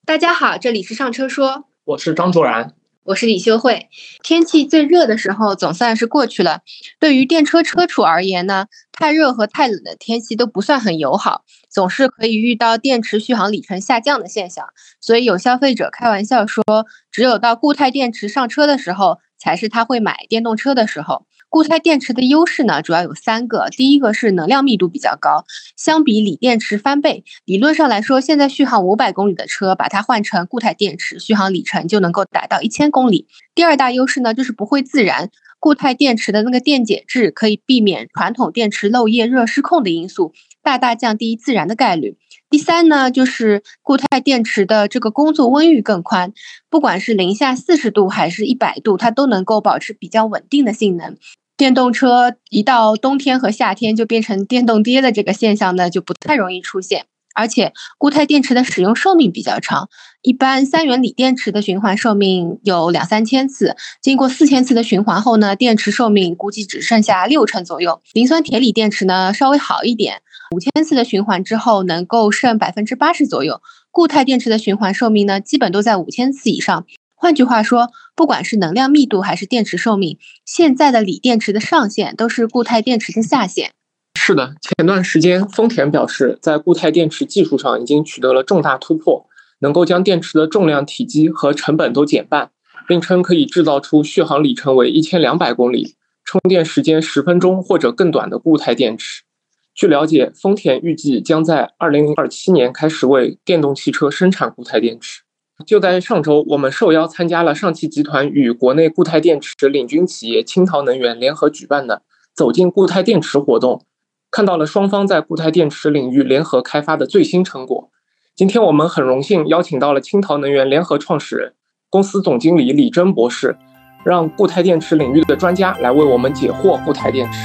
大家好，这里是上车说， 我是张卓然， 我是李秀慧。天气最热的时候总算是过去了，对于电车车主而言呢，太热和太冷的天气都不算很友好，总是可以遇到电池续航里程下降的现象。所以有消费者开玩笑说，只有到固态电池上车的时候，才是他会买电动车的时候。固态电池的优势呢，主要有3个。第一个是能量密度比较高，相比锂电池翻倍。理论上来说，现在续航500公里的车，把它换成固态电池，续航里程就能够达到1000公里。第二大优势呢，就是不会自燃。固态电池的那个电解质可以避免传统电池漏液、热失控的因素，大大降低自燃的概率。第三呢，就是固态电池的这个工作温域更宽，不管是零下40度还是100度，它都能够保持比较稳定的性能。电动车一到冬天和夏天就变成电动爹的这个现象呢，就不太容易出现。而且固态电池的使用寿命比较长，一般3元锂电池的循环寿命有2-3千次，经过4000次的循环后呢，电池寿命估计只剩下60%左右。磷酸铁锂电池呢稍微好一点，5000次的循环之后能够剩80%左右。固态电池的循环寿命呢，基本都在5000次以上。换句话说，不管是能量密度还是电池寿命，现在的锂电池的上限都是固态电池的下限。 是的，前段时间丰田表示，在固态电池技术上已经取得了重大突破，能够将电池的重量、体积和成本都减半，并称可以制造出续航里程为1200公里、充电时间10分钟或者更短的固态电池。据了解，丰田预计将在2027年开始为电动汽车生产固态电池。就在上周，我们受邀参加了上汽集团与国内固态电池领军企业青陶能源联合举办的走进固态电池活动，看到了双方在固态电池领域联合开发的最新成果。今天我们很荣幸邀请到了青陶能源联合创始人、公司总经理李真博士，让固态电池领域的专家来为我们解惑固态电池。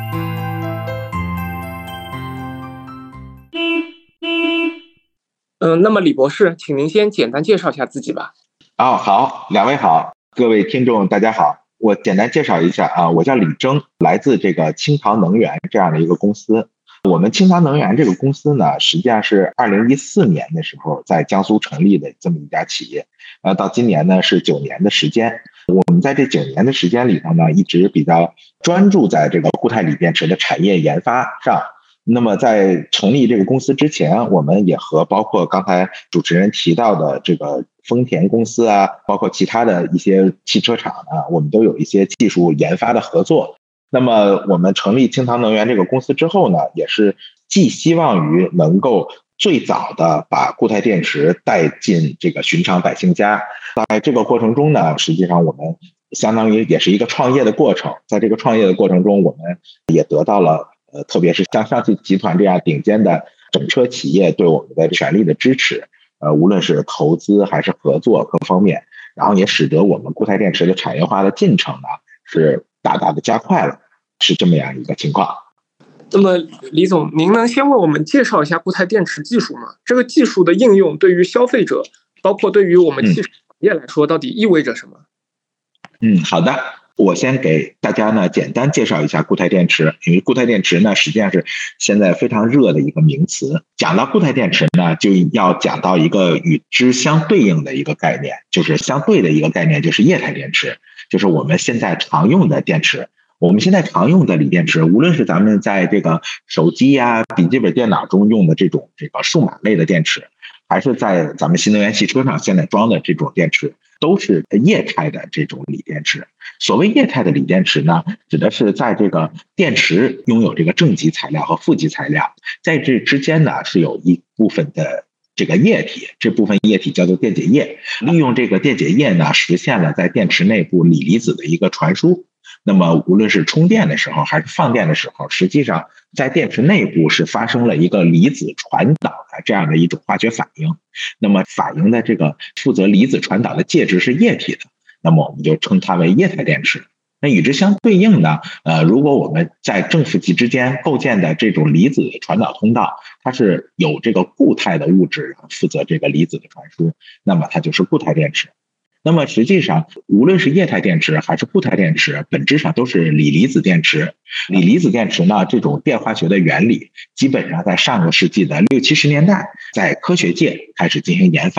那么李博士，请您先简单介绍一下自己吧。 好，两位好，各位听众大家好，我简单介绍一下啊，我叫李征，来自这个青陶能源这样的一个公司。我们青陶能源这个公司呢，实际上是2014年的时候在江苏成立的这么一家企业，到今年呢是9年的时间。我们在这9年的时间里头呢，一直比较专注在这个固态锂电池的产业研发上。那么在成立这个公司之前，我们也和包括刚才主持人提到的这个丰田公司啊，包括其他的一些汽车厂啊，我们都有一些技术研发的合作。那么我们成立青陶能源这个公司之后呢，也是寄希望于能够最早的把固态电池带进这个寻常百姓家。在这个过程中呢，实际上我们相当于也是一个创业的过程。在这个创业的过程中，我们也得到了特别是像上汽集团这样顶尖的整车企业对我们的全力的支持，无论是投资还是合作各方面，然后也使得我们固态电池的产业化的进程呢是大大的加快了，是这么样一个情况。 那么李总，您能先为我们介绍一下固态电池技术吗？这个技术的应用对于消费者，包括对于我们汽车产业来说，到底意味着什么？ 好的。我先给大家呢简单介绍一下固态电池，因为固态电池呢实际上是现在非常热的一个名词。讲到固态电池呢，就要讲到一个与之相对应的一个概念，就是相对的一个概念，就是液态电池，就是我们现在常用的电池。我们现在常用的锂电池，无论是咱们在这个手机呀、笔记本电脑中用的这个数码类的电池，还是在咱们新能源汽车上现在装的这种电池，都是液态的这种锂电池。所谓液态的锂电池呢，指的是在这个电池拥有这个正极材料和负极材料，在这之间呢是有一部分的这个液体，这部分液体叫做电解液，利用这个电解液呢，实现了在电池内部锂离子的一个传输。那么无论是充电的时候还是放电的时候，实际上在电池内部是发生了一个离子传导的这样的一种化学反应。那么反应的这个负责离子传导的介质是液体的，那么我们就称它为液态电池。那与之相对应呢，如果我们在正负极之间构建的这种离子传导通道，它是有这个固态的物质负责这个离子的传输，那么它就是固态电池。那么实际上，无论是液态电池还是固态电池，本质上都是锂离子电池。锂离子电池呢，这种电化学的原理，基本上在上个世纪的60、70年代，在科学界开始进行研发。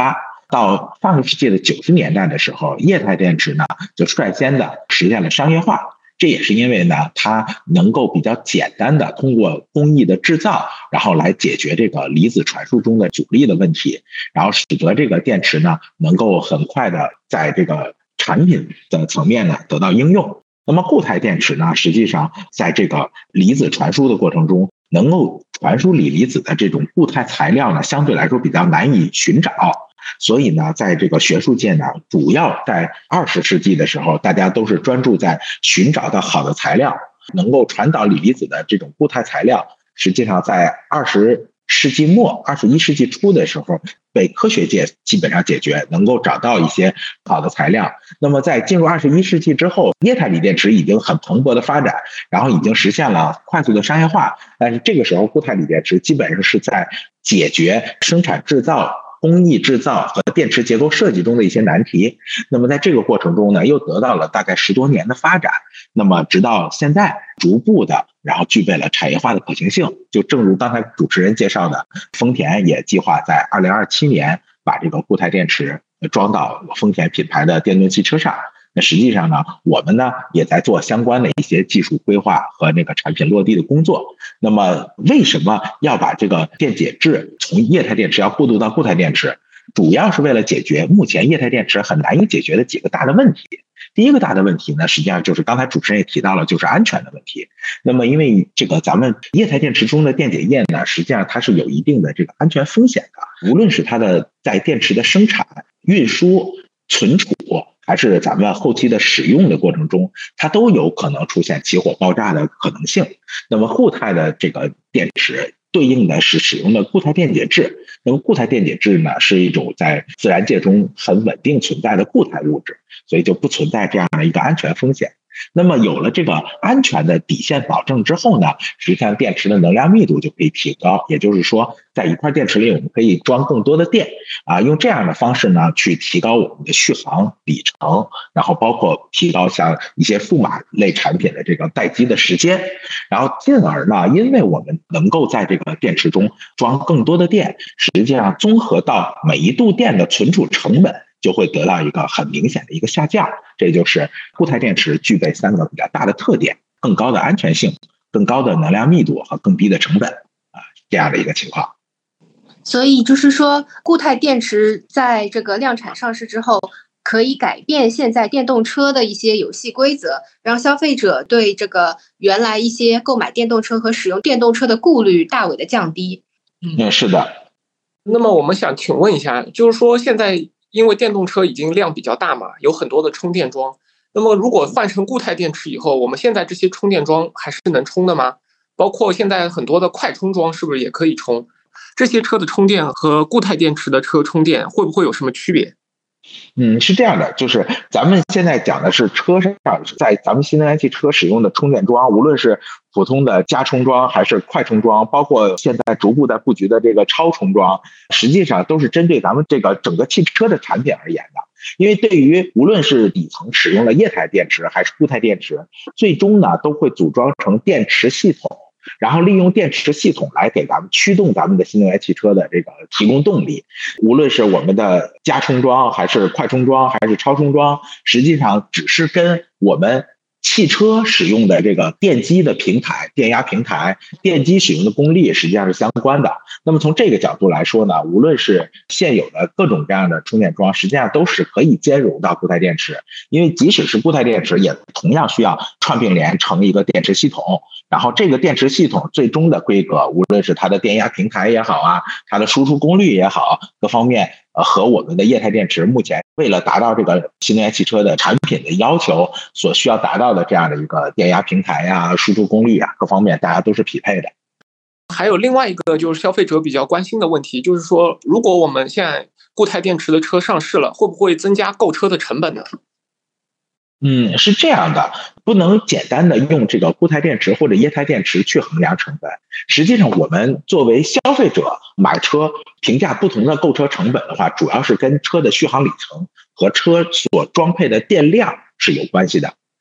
到上个世纪的90年代的时候，液态电池呢就率先的实现了商业化。这也是因为呢，它能够比较简单的通过工艺的制造，然后来解决这个离子传输中的阻力的问题，然后使得这个电池呢能够很快的在这个产品的层面呢得到应用。那么固态电池呢，实际上在这个离子传输的过程中，能够传输锂离子的这种固态材料呢，相对来说比较难以寻找。所以呢，在这个学术界呢，主要在20世纪的时候，大家都是专注在寻找到好的材料，能够传导锂离子的这种固态材料，实际上在20世纪末、21世纪初的时候，被科学界基本上解决，能够找到一些好的材料。那么在进入21世纪之后，液态锂电池已经很蓬勃的发展，然后已经实现了快速的商业化。但是这个时候，固态锂电池基本上是在解决生产制造、工艺制造和电池结构设计中的一些难题。那么在这个过程中呢，又得到了大概10多年的发展。那么直到现在，逐步的然后具备了产业化的可行性。就正如刚才主持人介绍的，丰田也计划在2027年把这个固态电池装到丰田品牌的电动汽车上。那实际上呢，我们呢也在做相关的一些技术规划和那个产品落地的工作。那么为什么要把这个电解质从液态电池要过渡到固态电池？主要是为了解决目前液态电池很难以解决的几个大的问题。第一个大的问题呢，实际上就是刚才主持人也提到了，就是安全的问题。那么因为这个咱们液态电池中的电解液呢，实际上它是有一定的这个安全风险的，无论是它的在电池的生产、运输、存储，还是咱们后期的使用的过程中，它都有可能出现起火爆炸的可能性。那么固态的这个电池对应的是使用的固态电解质。那么固态电解质呢，是一种在自然界中很稳定存在的固态物质，所以就不存在这样的一个安全风险。那么有了这个安全的底线保证之后呢，实际上电池的能量密度就可以提高。也就是说，在一块电池里我们可以装更多的电用这样的方式呢，去提高我们的续航里程，然后包括提高像一些数码类产品的这个待机的时间，然后进而呢，因为我们能够在这个电池中装更多的电，实际上综合到每一度电的存储成本就会得到一个很明显的一个下降。这就是固态电池具备3个比较大的特点：更高的安全性、更高的能量密度和更低的成本这样的一个情况。 所以就是说，固态电池在这个量产上市之后，可以改变现在电动车的一些游戏规则，让消费者对这个原来一些购买电动车和使用电动车的顾虑大为的降低。 是的。 那么我们想请问一下，就是说现在因为电动车已经量比较大嘛，有很多的充电桩。那么如果换成固态电池以后，我们现在这些充电桩还是能充的吗？包括现在很多的快充桩是不是也可以充？这些车的充电和固态电池的车充电会不会有什么区别？ 是这样的，就是咱们现在讲的是车上在咱们新能源汽车使用的充电桩，无论是普通的加充桩还是快充桩，包括现在逐步在布局的这个超充桩，实际上都是针对咱们这个整个汽车的产品而言的。因为对于无论是底层使用的液态电池还是固态电池，最终呢都会组装成电池系统，然后利用电池系统来给咱们驱动咱们的新能源汽车的这个提供动力。无论是我们的加充桩还是快充桩还是超充桩，实际上只是跟我们汽车使用的这个电机的平台、电压平台、电机使用的功率实际上是相关的。那么从这个角度来说呢，无论是现有的各种各样的充电桩，实际上都是可以兼容到固态电池。因为即使是固态电池，也同样需要串并联成一个电池系统。然后这个电池系统最终的规格，无论是它的电压平台也好它的输出功率也好，各方面和我们的液态电池目前为了达到这个新能源汽车的产品的要求所需要达到的这样的一个电压平台输出功率各方面大家都是匹配的。 还有另外一个就是消费者比较关心的问题，就是说如果我们现在固态电池的车上市了，会不会增加购车的成本呢？ 是这样的，不能简单的用这个固态电池或者液态电池去衡量成本。实际上我们作为消费者买车评价不同的购车成本的话，主要是跟车的续航里程和车所装配的电量是有关系的。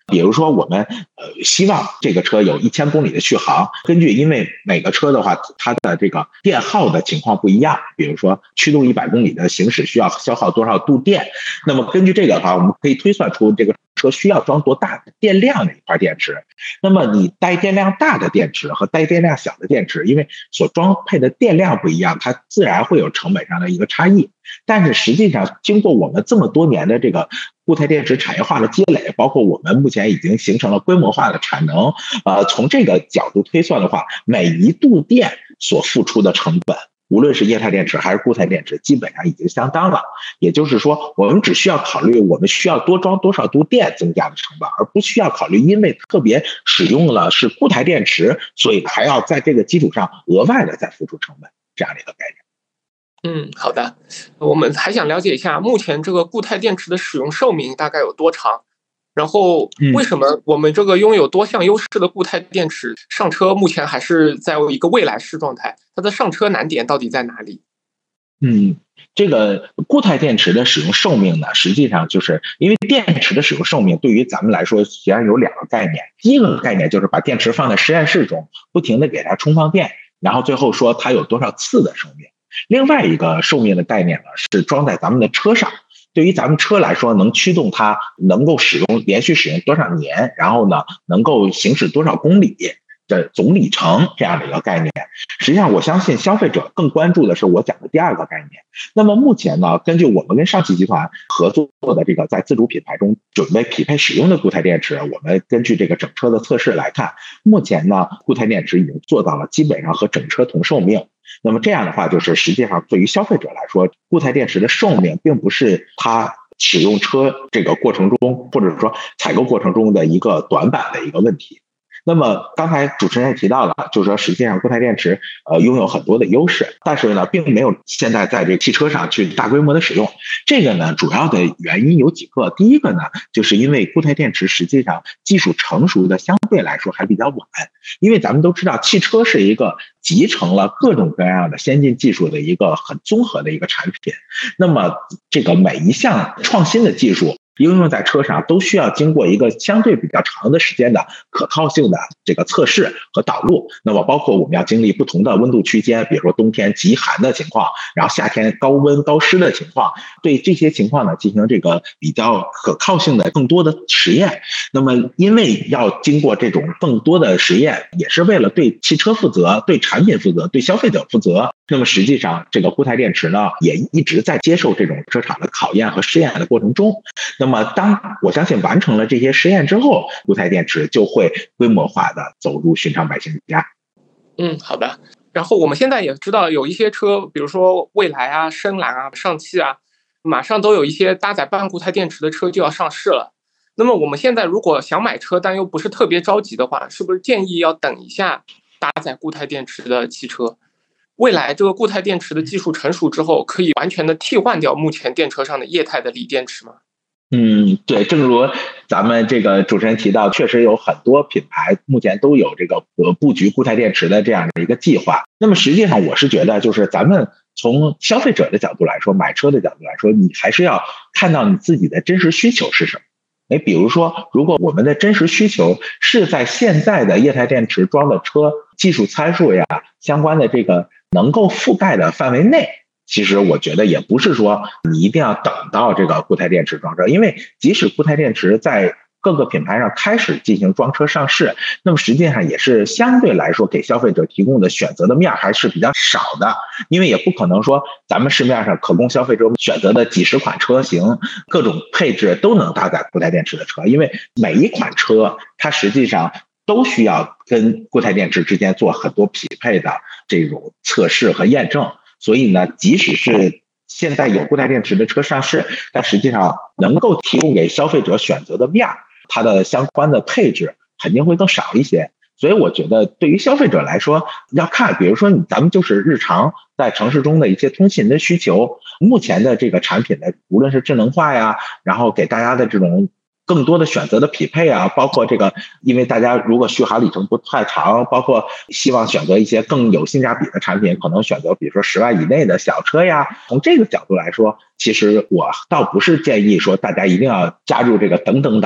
比如说我们希望这个车有1000公里的续航，根据因为每个车的话，它的这个电耗的情况不一样，比如说驱动100公里的行驶需要消耗多少度电，那么根据这个的话，我们可以推算出这个车需要装多大的电量的一块电池。那么你带电量大的电池和带电量小的电池，因为所装配的电量不一样，它自然会有成本上的一个差异。但是实际上经过我们这么多年的这个固态电池产业化的积累，包括我们目前已经形成了规模化的产能，从这个角度推算的话，每一度电所付出的成本，无论是液态电池还是固态电池，基本上已经相当了。也就是说，我们只需要考虑我们需要多装多少度电增加的成本，而不需要考虑因为特别使用了是固态电池，所以还要在这个基础上额外的再付出成本，这样的一个概念。 好的。我们还想了解一下，目前这个固态电池的使用寿命大概有多长？然后为什么我们这个拥有多项优势的固态电池上车目前还是在一个未来式状态？它的上车难点到底在哪里？ 这个固态电池的使用寿命呢，实际上就是因为电池的使用寿命对于咱们来说实际上有2个概念。第一个概念就是把电池放在实验室中，不停的给它充放电，然后最后说它有多少次的寿命。另外一个寿命的概念呢，是装在咱们的车上，对于咱们车来说，能驱动它能够连续使用多少年，然后呢能够行驶多少公里的总里程，这样的一个概念。实际上我相信消费者更关注的是我讲的第2个概念。那么目前呢，根据我们跟上汽集团合作的这个在自主品牌中准备匹配使用的固态电池，我们根据这个整车的测试来看，目前呢固态电池已经做到了基本上和整车同寿命。那么这样的话，就是实际上对于消费者来说，固态电池的寿命并不是它使用车这个过程中，或者说采购过程中的一个短板的一个问题。那么刚才主持人也提到了，就是说实际上固态电池拥有很多的优势，但是呢并没有现在在这个汽车上去大规模的使用。这个呢主要的原因有几个。第一个呢，就是因为固态电池实际上技术成熟的相对来说还比较晚，因为咱们都知道汽车是一个集成了各种各样的先进技术的一个很综合的一个产品。那么这个每一项创新的技术应用在车上都需要经过一个相对比较长的时间的可靠性的这个测试和导入。那么包括我们要经历不同的温度区间，比如说冬天极寒的情况，然后夏天高温高湿的情况，对这些情况呢进行这个比较可靠性的更多的实验。那么因为要经过这种更多的实验，也是为了对汽车负责、对产品负责、对消费者负责。那么实际上这个固态电池呢也一直在接受这种车厂的考验和试验的过程中。那么当我相信完成了这些实验之后，固态电池就会规模化的走入寻常百姓家。 好的。然后我们现在也知道有一些车，比如说蔚来啊、深蓝啊、上汽啊，马上都有一些搭载半固态电池的车就要上市了。那么我们现在如果想买车但又不是特别着急的话，是不是建议要等一下搭载固态电池的汽车？未来这个固态电池的技术成熟之后，可以完全的替换掉目前电车上的液态的锂电池吗？ 对，正如咱们这个主持人提到，确实有很多品牌目前都有这个布局固态电池的这样的一个计划。那么实际上我是觉得，就是咱们从消费者的角度来说，买车的角度来说，你还是要看到你自己的真实需求是什么。比如说如果我们的真实需求是在现在的液态电池装的车技术参数呀相关的这个能够覆盖的范围内，其实我觉得也不是说你一定要等到这个固态电池装车，因为即使固态电池在各个品牌上开始进行装车上市，那么实际上也是相对来说给消费者提供的选择的面还是比较少的。因为也不可能说咱们市面上可供消费者选择的几十款车型各种配置都能搭载固态电池的车，因为每一款车它实际上都需要跟固态电池之间做很多匹配的这种测试和验证。所以呢，即使是现在有固态电池的车上市，但实际上能够提供给消费者选择的面，它的相关的配置肯定会更少一些。所以我觉得对于消费者来说，要看比如说咱们就是日常在城市中的一些通勤的需求，目前的这个产品的无论是智能化呀，然后给大家的这种更多的选择的匹配啊，包括这个因为大家如果续航里程不太长，包括希望选择一些更有性价比的产品，可能选择比如说10万以内的小车呀。从这个角度来说，其实我倒不是建议说大家一定要加入这个等等党，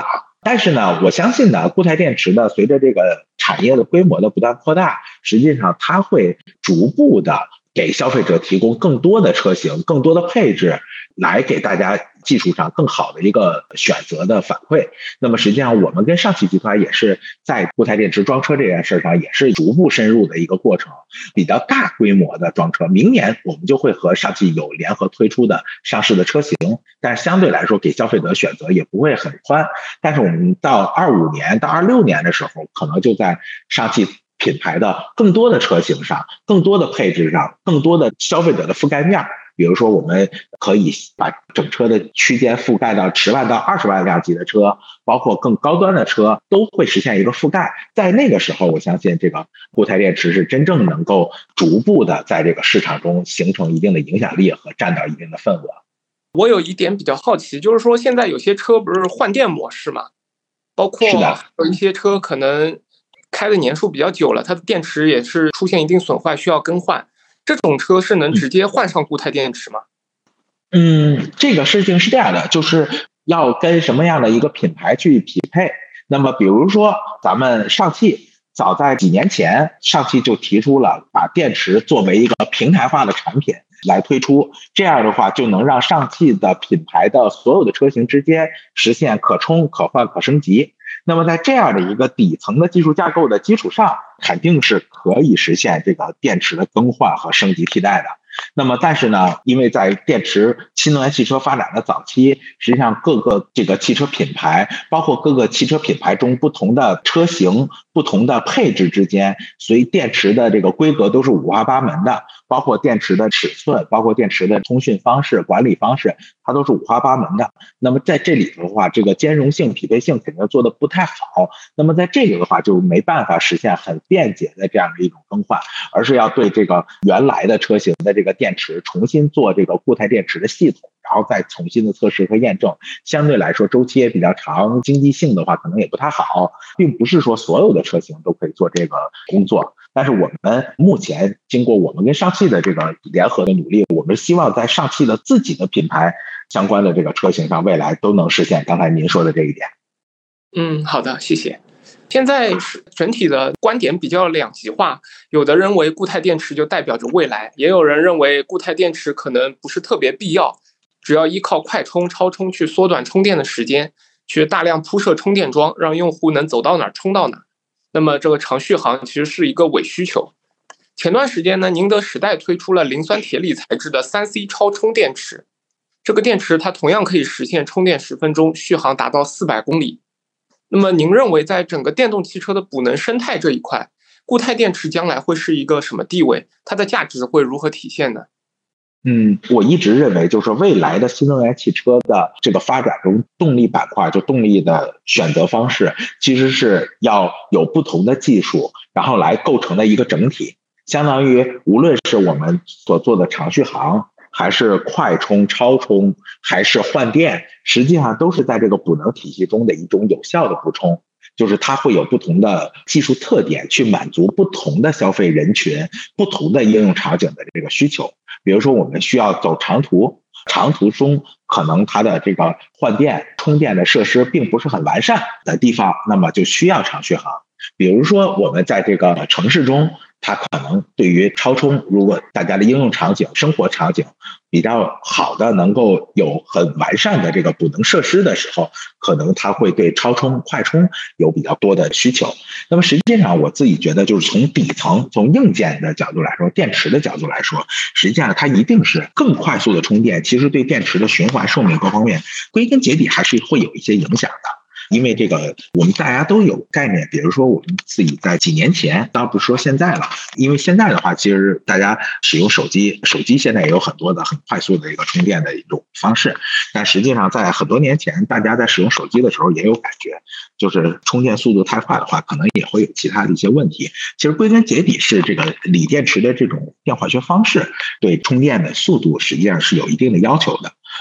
但是呢，我相信呢，固态电池呢，随着这个产业的规模的不断扩大，实际上它会逐步的给消费者提供更多的车型、更多的配置，来给大家技术上更好的一个选择的反馈。那么实际上我们跟上汽集团也是在固态电池装车这件事上也是逐步深入的一个过程，比较大规模的装车。明年我们就会和上汽有联合推出的上市的车型，但是相对来说给消费者选择也不会很宽。但是我们到25年到26年的时候，可能就在上汽品牌的更多的车型上、更多的配置上、更多的消费者的覆盖面，比如说我们可以把整车的区间覆盖到10万到20万辆级的车，包括更高端的车都会实现一个覆盖。在那个时候，我相信这个固态电池是真正能够逐步的在这个市场中形成一定的影响力和占到一定的份额。 我有一点比较好奇，就是说现在有些车不是换电模式嘛，包括有一些车可能开的年数比较久了，它的电池也是出现一定损坏，需要更换。这种车是能直接换上固态电池吗？ 这个事情是这样的，就是要跟什么样的一个品牌去匹配。那么比如说咱们上汽早在几年前，上汽就提出了把电池作为一个平台化的产品来推出，这样的话就能让上汽的品牌的所有的车型之间实现可充、可换、可升级。那么在这样的一个底层的技术架构的基础上，肯定是可以实现这个电池的更换和升级替代的。那么但是呢，因为在电池新能源汽车发展的早期，实际上各个这个汽车品牌，包括各个汽车品牌中不同的车型、不同的配置之间，所以电池的这个规格都是五花八门的，包括电池的尺寸，包括电池的通讯方式、管理方式，它都是五花八门的。那么在这里头的话，这个兼容性、匹配性肯定做的不太好。那么在这个的话，就没办法实现很便捷的这样的一种更换，而是要对这个原来的车型的这个电池重新做这个固态电池的系统，然后再重新的测试和验证。相对来说周期也比较长，经济性的话可能也不太好，并不是说所有的车型都可以做这个工作。但是我们目前经过我们跟上汽的这个联合的努力，我们希望在上汽的自己的品牌相关的这个车型上，未来都能实现刚才您说的这一点。 好的，谢谢。现在整体的观点比较两极化，有的认为固态电池就代表着未来，也有人认为固态电池可能不是特别必要，只要依靠快充、超充去缩短充电的时间，去大量铺设充电桩，让用户能走到哪儿充到哪儿。那么这个长续航其实是一个伪需求。前段时间呢，宁德时代推出了磷酸铁锂材质的 3C 超充电池，这个电池它同样可以实现充电10分钟，续航达到400公里。那么您认为在整个电动汽车的补能生态这一块，固态电池将来会是一个什么地位？它的价值会如何体现呢？ 我一直认为就是未来的新能源汽车的这个发展中，动力板块就动力的选择方式，其实是要有不同的技术，然后来构成的一个整体。相当于无论是我们所做的长续航，还是快充、超充，还是换电，实际上都是在这个补能体系中的一种有效的补充。就是它会有不同的技术特点，去满足不同的消费人群、不同的应用场景的这个需求。比如说我们需要走长途，长途中可能它的这个换电、充电的设施并不是很完善的地方，那么就需要长续航。比如说我们在这个城市中，它可能对于超充，如果大家的应用场景、生活场景比较好的，能够有很完善的这个补能设施的时候，可能它会对超充、快充有比较多的需求。那么实际上我自己觉得，就是从底层、从硬件的角度来说，电池的角度来说，实际上它一定是更快速的充电，其实对电池的循环寿命各方面，归根结底还是会有一些影响的。因为这个我们大家都有概念，比如说我们自己在几年前，当然不是说现在了，因为现在的话其实大家使用手机现在也有很多的很快速的一个充电的一种方式，但实际上在很多年前，大家在使用手机的时候也有感觉，就是充电速度太快的话，可能也会有其他的一些问题。其实归根结底是这个锂电池的这种电化学方式对充电的速度实际上是有一定的要求的。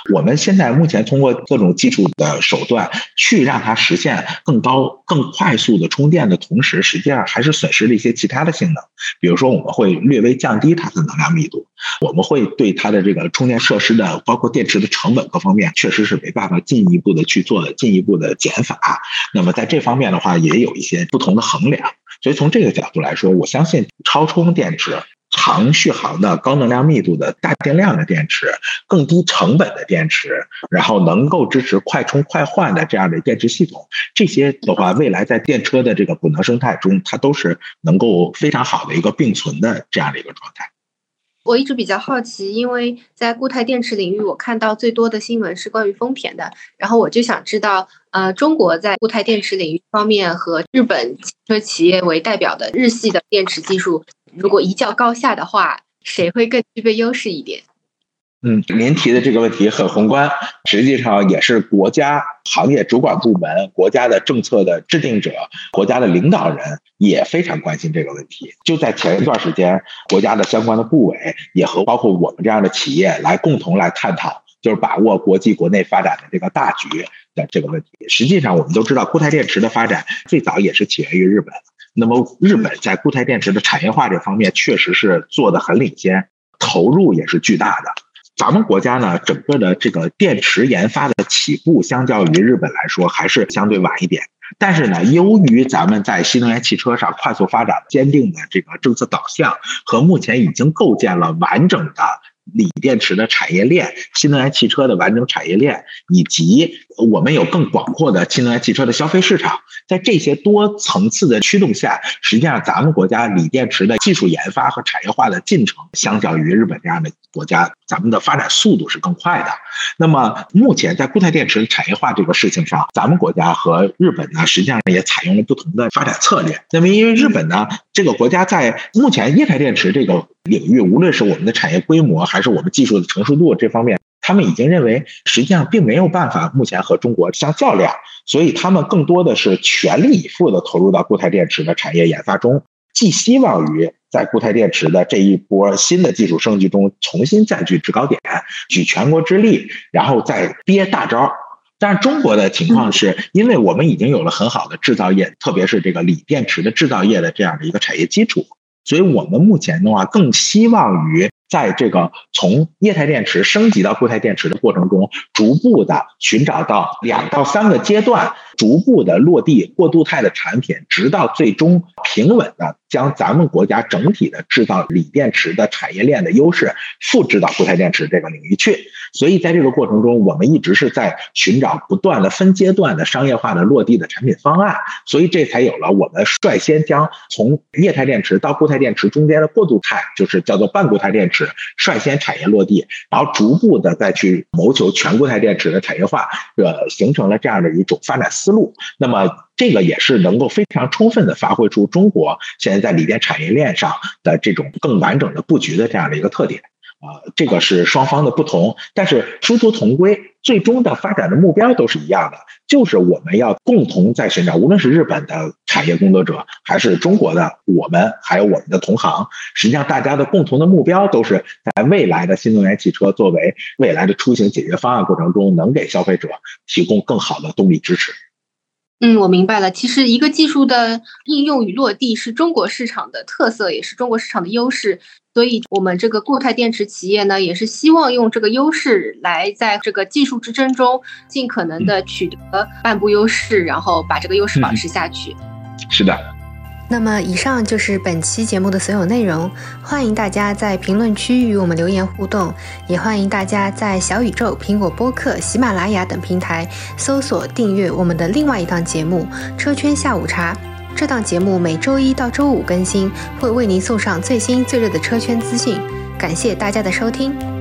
我们现在目前通过各种技术的手段去让它实现更高、更快速的充电的同时，实际上还是损失了一些其他的性能。比如说，我们会略微降低它的能量密度，我们会对它的这个充电设施的，包括电池的成本各方面，确实是没办法进一步的去做进一步的减法。那么在这方面的话，也有一些不同的衡量。所以从这个角度来说，我相信超充电池、长续航的高能量密度的大电量的电池、更低成本的电池，然后能够支持快充快换的这样的电池系统，这些的话，未来在电车的这个补能生态中，它都是能够非常好的一个并存的这样的一个状态。 我一直比较好奇，因为在固态电池领域，我看到最多的新闻是关于丰田的，然后我就想知道，中国在固态电池领域方面和日本汽车企业为代表的日系的电池技术，如果一较高下的话，谁会更具备优势一点？ 您提的这个问题很宏观，实际上也是国家行业主管部门、国家的政策的制定者、国家的领导人也非常关心这个问题。就在前一段时间，国家的相关的部委也和包括我们这样的企业来共同来探讨，就是把握国际国内发展的这个大局的这个问题。实际上我们都知道，固态电池的发展最早也是起源于日本。那么日本在固态电池的产业化这方面确实是做得很领先，投入也是巨大的。咱们国家呢，整个的这个电池研发的起步，相较于日本来说，还是相对晚一点。但是呢，由于咱们在新能源汽车上快速发展的坚定的这个政策导向，和目前已经构建了完整的锂电池的产业链、新能源汽车的完整产业链，以及我们有更广阔的新能源汽车的消费市场，在这些多层次的驱动下，实际上咱们国家锂电池的技术研发和产业化的进程，相较于日本这样的国家，咱们的发展速度是更快的。那么目前在固态电池产业化这个事情上，咱们国家和日本呢，实际上也采用了不同的发展策略。那么因为日本呢，这个国家在目前液态电池这个领域，无论是我们的产业规模还是我们技术的成熟度这方面，他们已经认为实际上并没有办法目前和中国相较量，所以他们更多的是全力以赴的投入到固态电池的产业研发中，寄希望于在固态电池的这一波新的技术升级中重新占据制高点，举全国之力，然后再憋大招。但是中国的情况是，因为我们已经有了很好的制造业，特别是这个锂电池的制造业的这样的一个产业基础，所以我们目前的话更希望于在这个从液态电池升级到固态电池的过程中，逐步的寻找到2到3个阶段，逐步的落地过渡态的产品，直到最终平稳的将咱们国家整体的制造锂电池的产业链的优势复制到固态电池这个领域去。所以在这个过程中，我们一直是在寻找不断的分阶段的商业化的落地的产品方案，所以这才有了我们率先将从液态电池到固态电池中间的过渡态，就是叫做半固态电池，率先产业落地，然后逐步的再去谋求全固态电池的产业化，形成了这样的一种发展思路。那么这个也是能够非常充分的发挥出中国现在在锂电产业链上的这种更完整的布局的这样的一个特点。这个是双方的不同，但是殊途同归，最终的发展的目标都是一样的，就是我们要共同在寻找，无论是日本的产业工作者，还是中国的我们，还有我们的同行，实际上大家的共同的目标都是在未来的新能源汽车作为未来的出行解决方案过程中，能给消费者提供更好的动力支持。 我明白了。其实一个技术的应用与落地是中国市场的特色，也是中国市场的优势。所以我们这个固态电池企业呢，也是希望用这个优势来在这个技术之争中尽可能的取得半步优势，然后把这个优势保持下去。 是的。 那么以上就是本期节目的所有内容，欢迎大家在评论区与我们留言互动，也欢迎大家在小宇宙、苹果播客、喜马拉雅等平台搜索订阅我们的另外一档节目《车圈下午茶》。这档节目每周1到周5更新，会为您送上最新最热的车圈资讯。感谢大家的收听。